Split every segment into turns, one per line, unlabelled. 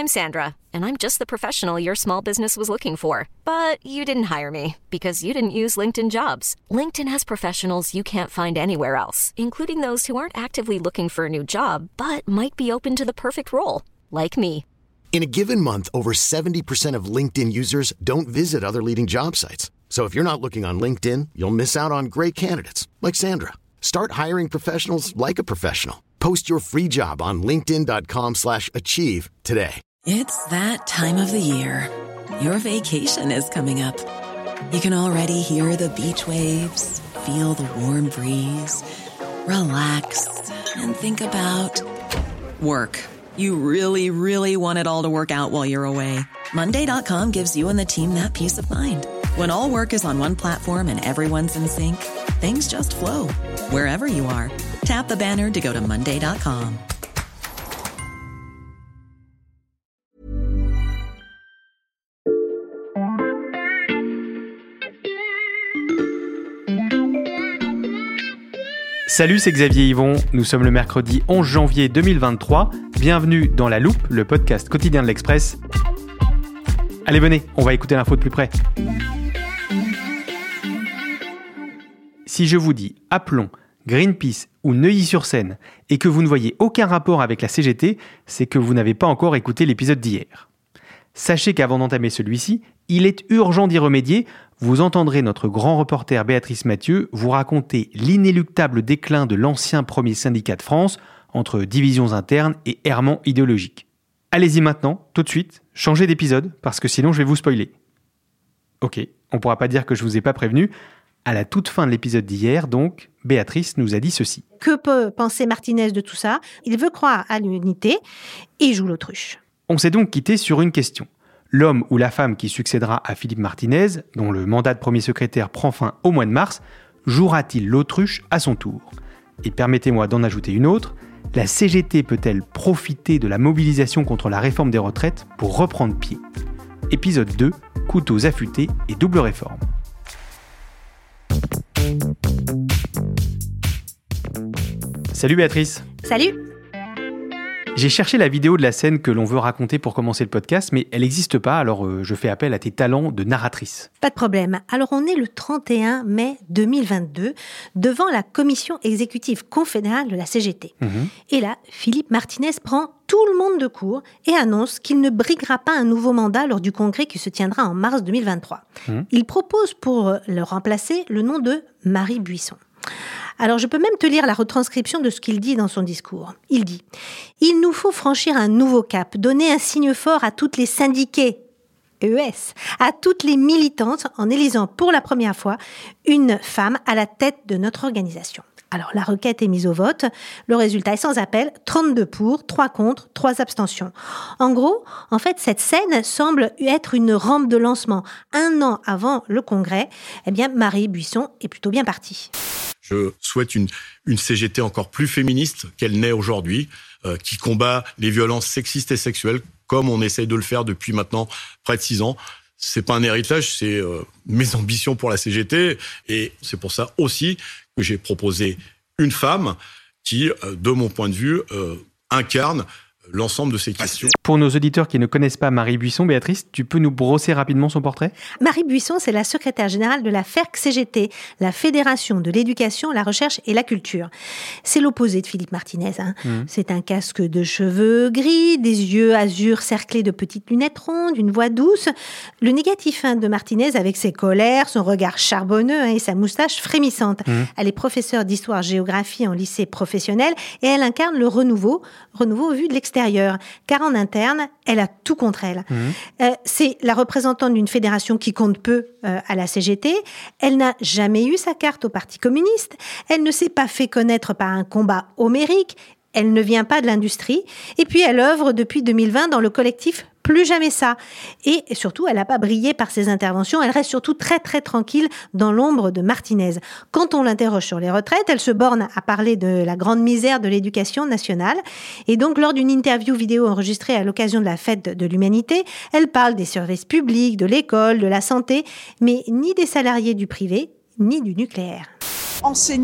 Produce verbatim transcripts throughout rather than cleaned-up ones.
I'm Sandra, and I'm just the professional your small business was looking for. But you didn't hire me because you didn't use LinkedIn Jobs. LinkedIn has professionals you can't find anywhere else, including those who aren't actively looking for a new job, but might be open to the perfect role, like me.
In a given month, over seventy percent of LinkedIn users don't visit other leading job sites. So if you're not looking on LinkedIn, you'll miss out on great candidates like Sandra. Start hiring professionals like a professional. Post your free job on linkedin.com slash achieve today.
It's that time of the year. Your vacation is coming up. You can already hear the beach waves, feel the warm breeze, relax, and think about work. You really, really want it all to work out while you're away. Monday dot com gives you and the team that peace of mind. When all work is on one platform and everyone's in sync, things just flow. Wherever you are, tap the banner to go to monday dot com.
Salut, c'est Xavier Yvon. Nous sommes le mercredi onze janvier deux mille vingt-trois. Bienvenue dans La Loupe, le podcast quotidien de l'Express. Allez, venez, on va écouter l'info de plus près. Si je vous dis Aplomb, Greenpeace ou Neuilly-sur-Seine et que vous ne voyez aucun rapport avec la C G T, c'est que vous n'avez pas encore écouté l'épisode d'hier. Sachez qu'avant d'entamer celui-ci, il est urgent d'y remédier. Vous entendrez notre grand reporter Béatrice Mathieu vous raconter l'inéluctable déclin de l'ancien premier syndicat de France entre divisions internes et errements idéologiques. Allez-y maintenant, tout de suite, changez d'épisode, parce que sinon je vais vous spoiler. Ok, on pourra pas dire que je vous ai pas prévenu. À la toute fin de l'épisode d'hier, donc, Béatrice nous a dit ceci.
Que peut penser Martinez de tout ça ? Il veut croire à l'unité et il joue l'autruche.
On s'est donc quitté sur une question. L'homme ou la femme qui succédera à Philippe Martinez, dont le mandat de premier secrétaire prend fin au mois de mars, jouera-t-il l'autruche à son tour ? Et permettez-moi d'en ajouter une autre. La C G T peut-elle profiter de la mobilisation contre la réforme des retraites pour reprendre pied ? Épisode deux, couteaux affûtés et double réforme. Salut Béatrice.
Salut.
J'ai cherché la vidéo de la scène que l'on veut raconter pour commencer le podcast, mais elle n'existe pas, alors euh, je fais appel à tes talents de narratrice.
Pas de problème. Alors on est le trente et un mai deux mille vingt-deux, devant la commission exécutive confédérale de la C G T. Mmh. Et là, Philippe Martinez prend tout le monde de court et annonce qu'il ne briguera pas un nouveau mandat lors du congrès qui se tiendra en mars deux mille vingt-trois. Mmh. Il propose pour le remplacer le nom de Marie Buisson. Alors, je peux même te lire la retranscription de ce qu'il dit dans son discours. Il dit « Il nous faut franchir un nouveau cap, donner un signe fort à toutes les syndiquées, E E S, à toutes les militantes en élisant pour la première fois une femme à la tête de notre organisation. » Alors, la requête est mise au vote. Le résultat est sans appel, trente-deux pour, trois contre, trois abstentions. En gros, en fait, cette scène semble être une rampe de lancement. Un an avant le congrès, eh bien, Marie Buisson est plutôt bien partie.
Je souhaite une, une C G T encore plus féministe qu'elle n'est aujourd'hui, euh, qui combat les violences sexistes et sexuelles, comme on essaye de le faire depuis maintenant près de six ans. C'est pas un héritage, c'est euh, mes ambitions pour la C G T, et c'est pour ça aussi que j'ai proposé une femme qui, euh, de mon point de vue, euh, incarne l'ensemble de ces questions.
Pour nos auditeurs qui ne connaissent pas Marie Buisson, Béatrice, tu peux nous brosser rapidement son portrait ?
Marie Buisson, c'est la secrétaire générale de la F E R C C G T, la Fédération de l'éducation, la recherche et la culture. C'est l'opposé de Philippe Martinez. Hein. Mmh. C'est un casque de cheveux gris, des yeux azur cerclés de petites lunettes rondes, une voix douce. Le négatif hein, de Martinez avec ses colères, son regard charbonneux hein, et sa moustache frémissante. Mmh. Elle est professeure d'histoire-géographie en lycée professionnel et elle incarne le renouveau, renouveau vu de l'extérieur. Car en interne, elle a tout contre elle. Mmh. Euh, c'est la représentante d'une fédération qui compte peu euh, à la C G T. Elle n'a jamais eu sa carte au Parti communiste. Elle ne s'est pas fait connaître par un combat homérique. Elle ne vient pas de l'industrie. Et puis, elle œuvre depuis deux mille vingt dans le collectif Plus jamais ça. Et surtout, elle n'a pas brillé par ses interventions. Elle reste surtout très, très tranquille dans l'ombre de Martinez. Quand on l'interroge sur les retraites, elle se borne à parler de la grande misère de l'éducation nationale. Et donc, lors d'une interview vidéo enregistrée à l'occasion de la fête de l'humanité, elle parle des services publics, de l'école, de la santé, mais ni des salariés du privé, ni du nucléaire.
Enseignants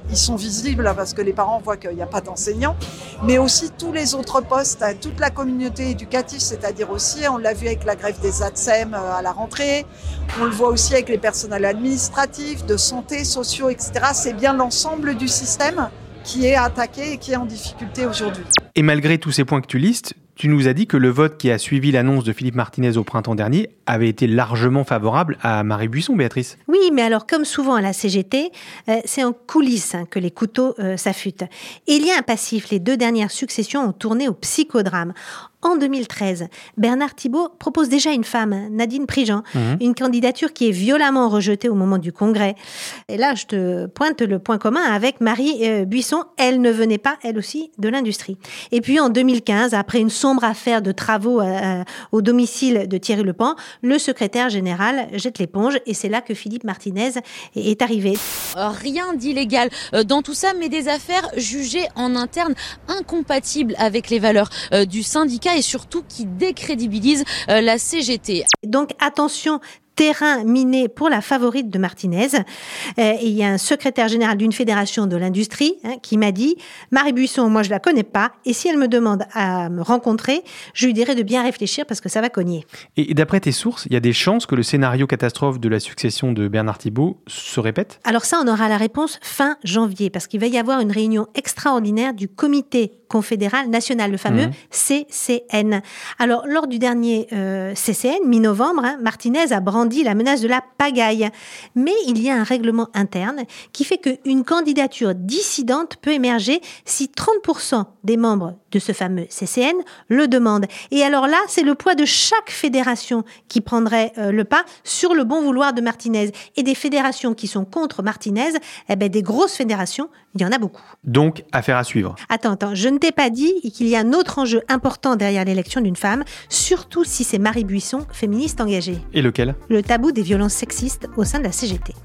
ils sont visibles parce que les parents voient qu'il n'y a pas d'enseignants, mais aussi tous les autres postes, toute la communauté éducative, c'est-à-dire aussi, on l'a vu avec la grève des A T S E M à la rentrée, on le voit aussi avec les personnels administratifs, de santé, sociaux, et cetera. C'est bien l'ensemble du système qui est attaqué et qui est en difficulté aujourd'hui.
Et malgré tous ces points que tu listes, tu nous as dit que le vote qui a suivi l'annonce de Philippe Martinez au printemps dernier avait été largement favorable à Marie Buisson, Béatrice.
Oui, mais alors comme souvent à la C G T, euh, c'est en coulisses hein, que les couteaux euh, s'affûtent. Et il y a un passif, les deux dernières successions ont tourné au psychodrame. En deux mille treize, Bernard Thibault propose déjà une femme, Nadine Prigent, mmh. une candidature qui est violemment rejetée au moment du congrès. Et là, je te pointe le point commun avec Marie euh, Buisson. Elle ne venait pas, elle aussi, de l'industrie. Et puis en deux mille quinze, après une sombre affaire de travaux euh, au domicile de Thierry Lepan, le secrétaire général jette l'éponge et c'est là que Philippe Martinez est arrivé.
Rien d'illégal dans tout ça, mais des affaires jugées en interne incompatibles avec les valeurs euh, du syndicat et surtout qui décrédibilise euh, la C G T.
Donc attention, terrain miné pour la favorite de Martinez. Euh, et il y a un secrétaire général d'une fédération de l'industrie hein, qui m'a dit « Marie Buisson, moi je la connais pas, et si elle me demande à me rencontrer, je lui dirai de bien réfléchir parce que ça va cogner. »
Et d'après tes sources, il y a des chances que le scénario catastrophe de la succession de Bernard Thibault se répète ?
Alors ça, on aura la réponse fin janvier, parce qu'il va y avoir une réunion extraordinaire du comité confédéral national, le fameux mmh. C C N. Alors, lors du dernier euh, C C N, mi-novembre, hein, Martinez a brandi la menace de la pagaille. Mais il y a un règlement interne qui fait qu'une candidature dissidente peut émerger si trente pour cent des membres de ce fameux C C N le demandent. Et alors là, c'est le poids de chaque fédération qui prendrait euh, le pas sur le bon vouloir de Martinez. Et des fédérations qui sont contre Martinez, eh ben, des grosses fédérations, il y en a beaucoup.
Donc, affaire à suivre.
Attends, attends, je ne t'ai pas dit qu'il y a un autre enjeu important derrière l'élection d'une femme, surtout si c'est Marie Buisson, féministe engagée.
Et lequel ?
Le tabou des violences sexistes au sein de la C G T.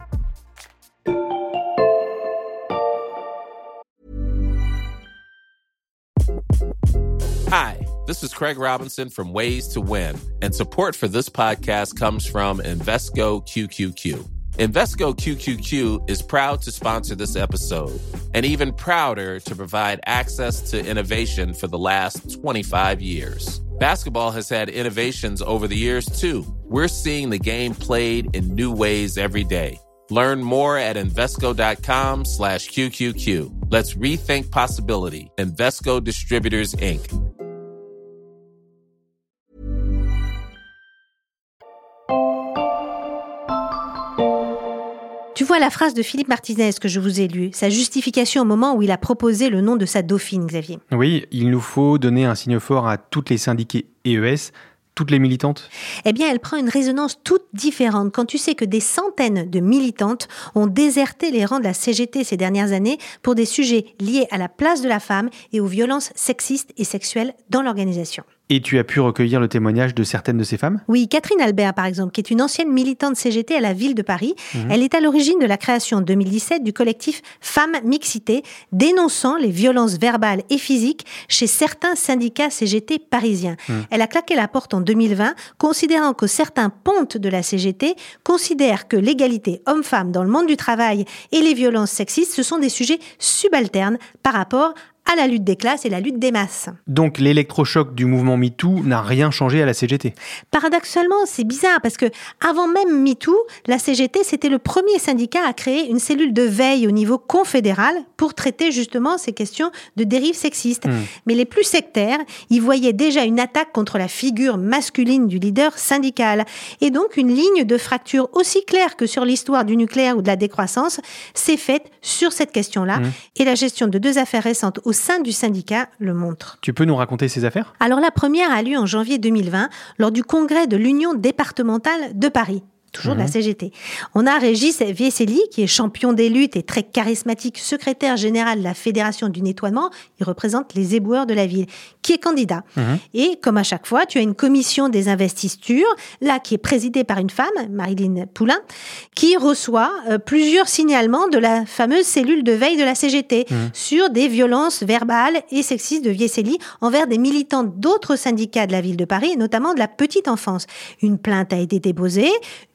Hi, this is Craig Robinson from Ways to Win, and support for this podcast comes from Invesco Q Q Q. Invesco Q Q Q is proud to sponsor this episode, and even prouder to provide access to innovation for the last twenty-five years. Basketball has had innovations over the years, too. We're seeing the game played in new ways every day. Learn more at Invesco.com slash QQQ. Let's rethink possibility. Invesco Distributors, Incorporated.
Tu vois la phrase de Philippe Martinez que je vous ai lue, sa justification au moment où il a proposé le nom de sa dauphine, Xavier.
Oui, il nous faut donner un signe fort à toutes les syndiquées E E S, toutes les militantes.
Eh bien, elle prend une résonance toute différente quand tu sais que des centaines de militantes ont déserté les rangs de la C G T ces dernières années pour des sujets liés à la place de la femme et aux violences sexistes et sexuelles dans l'organisation.
Et tu as pu recueillir le témoignage de certaines de ces femmes ?
Oui, Catherine Albert, par exemple, qui est une ancienne militante C G T à la ville de Paris. Mmh. Elle est à l'origine de la création en deux mille dix-sept du collectif Femmes Mixité, dénonçant les violences verbales et physiques chez certains syndicats C G T parisiens. Mmh. Elle a claqué la porte en deux mille vingt, considérant que certains pontes de la C G T considèrent que l'égalité homme-femme dans le monde du travail et les violences sexistes, ce sont des sujets subalternes par rapport à la lutte des classes et la lutte des masses.
Donc l'électrochoc du mouvement MeToo n'a rien changé à la C G T.
Paradoxalement, c'est bizarre parce que avant même MeToo, la C G T, c'était le premier syndicat à créer une cellule de veille au niveau confédéral pour traiter justement ces questions de dérives sexistes. Mmh. Mais les plus sectaires, ils voyaient déjà une attaque contre la figure masculine du leader syndical. Et donc une ligne de fracture aussi claire que sur l'histoire du nucléaire ou de la décroissance s'est faite sur cette question-là. Mmh. Et la gestion de deux affaires récentes au sein du syndicat le montre.
Tu peux nous raconter ces affaires ?
Alors la première a lieu en janvier deux mille vingt lors du congrès de l'Union départementale de Paris. Toujours mmh. de la C G T. On a Régis Vieseli, qui est champion des luttes et très charismatique secrétaire général de la Fédération du nettoiement. Il représente les éboueurs de la ville, qui est candidat. Mmh. Et comme à chaque fois, tu as une commission des investitures, là, qui est présidée par une femme, Marilyn Poulain, qui reçoit euh, plusieurs signalements de la fameuse cellule de veille de la C G T mmh. sur des violences verbales et sexistes de Vieseli envers des militants d'autres syndicats de la ville de Paris, et notamment de la petite enfance. Une plainte a été déposée.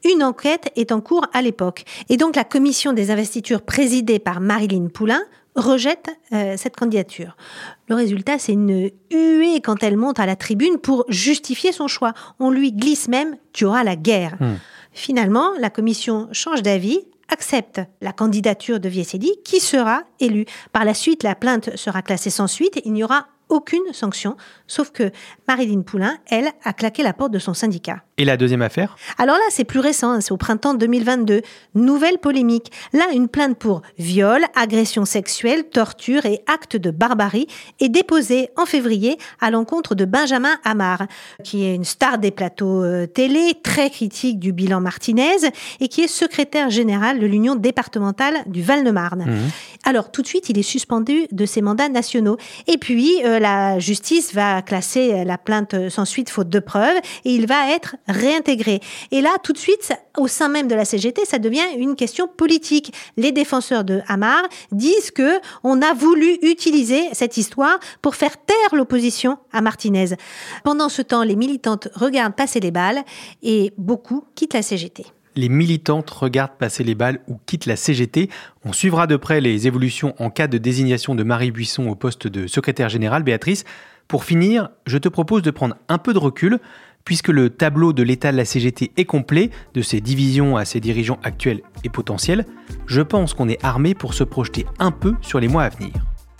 Une enquête est en cours à l'époque. Et donc la commission des investitures présidée par Maryline Poulain rejette euh, cette candidature. Le résultat, c'est une huée quand elle monte à la tribune pour justifier son choix. On lui glisse même « tu auras la guerre mmh. ». Finalement, la commission change d'avis, accepte la candidature de Vieceli, qui sera élu. Par la suite, la plainte sera classée sans suite. Il n'y aura aucune sanction, sauf que Maryline Poulain, elle, a claqué la porte de son syndicat.
Et la deuxième affaire ?
Alors là, c'est plus récent, c'est au printemps deux mille vingt-deux. Nouvelle polémique. Là, une plainte pour viol, agression sexuelle, torture et actes de barbarie est déposée en février à l'encontre de Benjamin Amar, qui est une star des plateaux euh, télé, très critique du bilan Martinez et qui est secrétaire général de l'Union départementale du Val-de-Marne. Mmh. Alors, tout de suite, il est suspendu de ses mandats nationaux. Et puis, euh, la justice va classer la plainte sans suite faute de preuves et il va être réintégré. Et là, tout de suite, au sein même de la C G T, ça devient une question politique. Les défenseurs de Amar disent que on a voulu utiliser cette histoire pour faire taire l'opposition à Martinez. Pendant ce temps, les militantes regardent passer les balles et beaucoup quittent la C G T.
Les militantes regardent passer les balles ou quittent la C G T. On suivra de près les évolutions en cas de désignation de Marie Buisson au poste de secrétaire générale. Béatrice, pour finir, je te propose de prendre un peu de recul, puisque le tableau de l'état de la C G T est complet, de ses divisions à ses dirigeants actuels et potentiels. Je pense qu'on est armé pour se projeter un peu sur les mois à venir.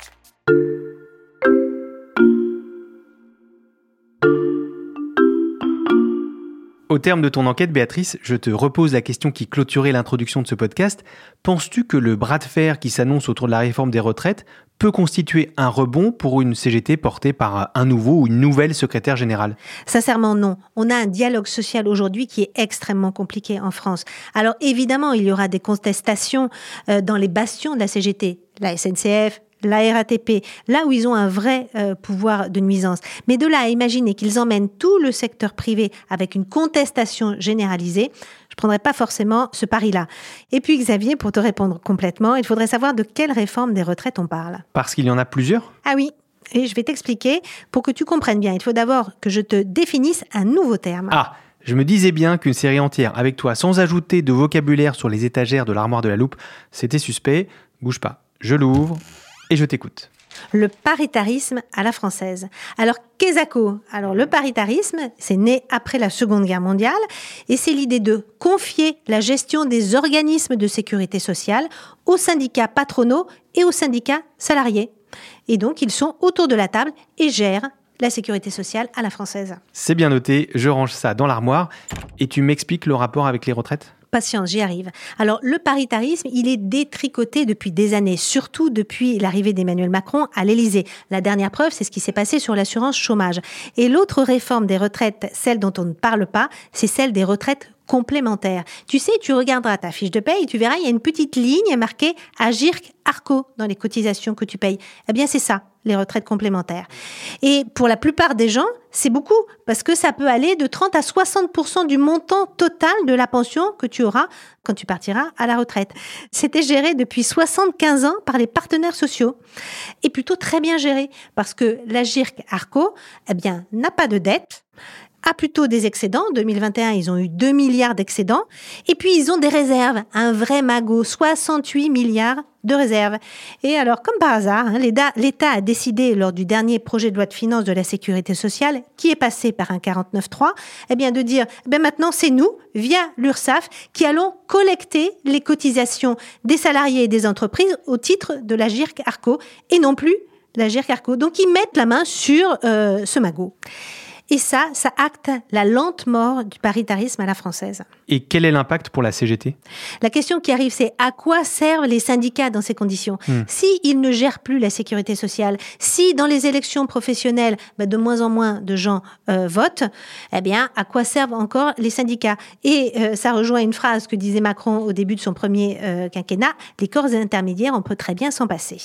Au terme de ton enquête, Béatrice, je te repose la question qui clôturait l'introduction de ce podcast. Penses-tu que le bras de fer qui s'annonce autour de la réforme des retraites peut constituer un rebond pour une C G T portée par un nouveau ou une nouvelle secrétaire générale ?
Sincèrement, non. On a un dialogue social aujourd'hui qui est extrêmement compliqué en France. Alors évidemment, il y aura des contestations euh, dans les bastions de la C G T, la S N C F, la R A T P, là où ils ont un vrai euh, pouvoir de nuisance. Mais de là à imaginer qu'ils emmènent tout le secteur privé avec une contestation généralisée, je ne prendrais pas forcément ce pari-là. Et puis Xavier, pour te répondre complètement, il faudrait savoir de quelle réforme des retraites on parle.
Parce qu'il y en a plusieurs ?
Ah oui, et je vais t'expliquer pour que tu comprennes bien. Il faut d'abord que je te définisse un nouveau terme.
Ah, je me disais bien qu'une série entière avec toi, sans ajouter de vocabulaire sur les étagères de l'armoire de la loupe, c'était suspect. Bouge pas, je l'ouvre. Et je t'écoute.
Le paritarisme à la française. Alors, qu'est-ce que Alors, le paritarisme, c'est né après la Seconde Guerre mondiale et c'est l'idée de confier la gestion des organismes de sécurité sociale aux syndicats patronaux et aux syndicats salariés. Et donc, ils sont autour de la table et gèrent la sécurité sociale à la française.
C'est bien noté, je range ça dans l'armoire. Et tu m'expliques le rapport avec les retraites ?
Patience, j'y arrive. Alors, le paritarisme, il est détricoté depuis des années, surtout depuis l'arrivée d'Emmanuel Macron à l'Élysée. La dernière preuve, c'est ce qui s'est passé sur l'assurance chômage. Et l'autre réforme des retraites, celle dont on ne parle pas, c'est celle des retraites complémentaires. Tu sais, tu regarderas ta fiche de paye, tu verras, il y a une petite ligne marquée Agirc-Arrco dans les cotisations que tu payes. Eh bien, c'est ça, les retraites complémentaires. Et pour la plupart des gens, c'est beaucoup, parce que ça peut aller de trente à soixante pour cent du montant total de la pension que tu auras quand tu partiras à la retraite. C'était géré depuis soixante-quinze ans par les partenaires sociaux. Et plutôt très bien géré, parce que l'Agirc-Arrco, eh bien, n'a pas de dette, a plutôt des excédents. En deux mille vingt et un, ils ont eu deux milliards d'excédents. Et puis, ils ont des réserves. Un vrai magot, soixante-huit milliards de réserves. Et alors, comme par hasard, hein, l'État a décidé, lors du dernier projet de loi de finances de la Sécurité sociale, qui est passé par un quarante-neuf trois, eh bien, de dire, eh bien, maintenant, c'est nous, via l'URSSAF, qui allons collecter les cotisations des salariés et des entreprises au titre de l'Agirc-Arrco, et non plus l'Agirc-Arrco. Donc, ils mettent la main sur euh, ce magot. Et ça, ça acte la lente mort du paritarisme à la française.
Et quel est l'impact pour la C G T ?
La question qui arrive, c'est à quoi servent les syndicats dans ces conditions ? mmh. S'ils ne gèrent plus la sécurité sociale, si dans les élections professionnelles, bah, de moins en moins de gens euh, votent, eh bien, à quoi servent encore les syndicats ? Et euh, ça rejoint une phrase que disait Macron au début de son premier euh, quinquennat, les corps intermédiaires, on peut très bien s'en passer.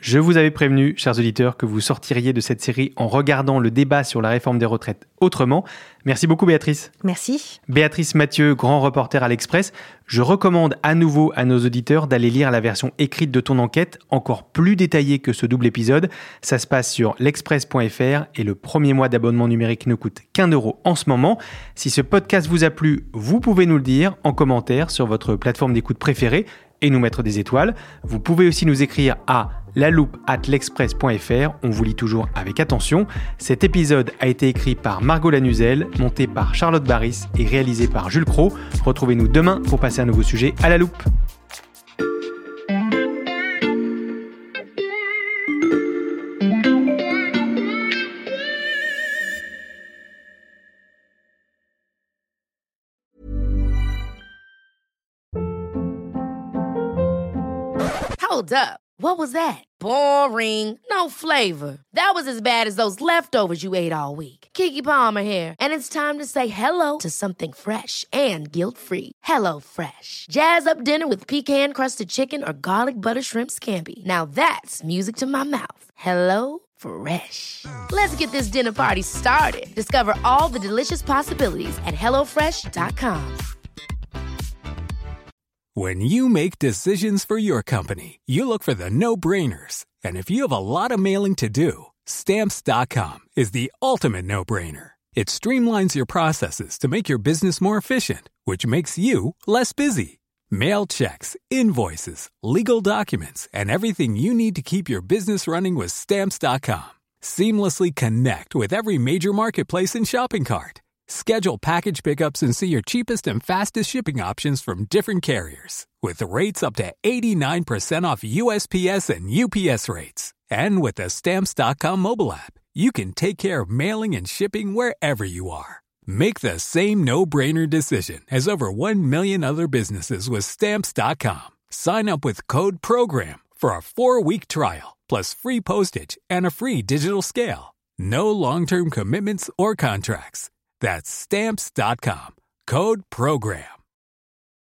Je vous avais prévenu, chers auditeurs, que vous sortiriez de cette série en regardant le débat sur la réforme des retraites autrement. Merci beaucoup, Béatrice.
Merci.
Béatrice Mathieu, grand reporter à l'Express. Je recommande à nouveau à nos auditeurs d'aller lire la version écrite de ton enquête, encore plus détaillée que ce double épisode. Ça se passe sur l'express point f r et le premier mois d'abonnement numérique ne coûte qu'un euro en ce moment. Si ce podcast vous a plu, vous pouvez nous le dire en commentaire sur votre plateforme d'écoute préférée et nous mettre des étoiles. Vous pouvez aussi nous écrire à la loupe arobase l'express point f r. On vous lit toujours avec attention. Cet épisode a été écrit par Margot Lanuzel, monté par Charlotte Baris et réalisé par Jules Cros. Retrouvez-nous demain pour passer un nouveau sujet à la loupe.
Hold up. What was that? Boring. No flavor. That was as bad as those leftovers you ate all week. Keke Palmer here, and it's time to say hello to something fresh and guilt-free. Hello Fresh. Jazz up dinner with pecan-crusted chicken or garlic butter shrimp scampi. Now that's music to my mouth. Hello Fresh. Let's get this dinner party started. Discover all the delicious possibilities at hello fresh dot com.
When you make decisions for your company, you look for the no-brainers. And if you have a lot of mailing to do, Stamps dot com is the ultimate no-brainer. It streamlines your processes to make your business more efficient, which makes you less busy. Mail checks, invoices, legal documents, and everything you need to keep your business running with Stamps dot com. Seamlessly connect with every major marketplace and shopping cart. Schedule package pickups and see your cheapest and fastest shipping options from different carriers. With rates up to eighty-nine percent off U S P S and U P S rates. And with the Stamps dot com mobile app, you can take care of mailing and shipping wherever you are. Make the same no-brainer decision as over one million other businesses with Stamps dot com. Sign up with code PROGRAM for a four-week trial, plus free postage and a free digital scale. No long-term commitments or contracts. That's Stamps dot com. Code PROGRAM.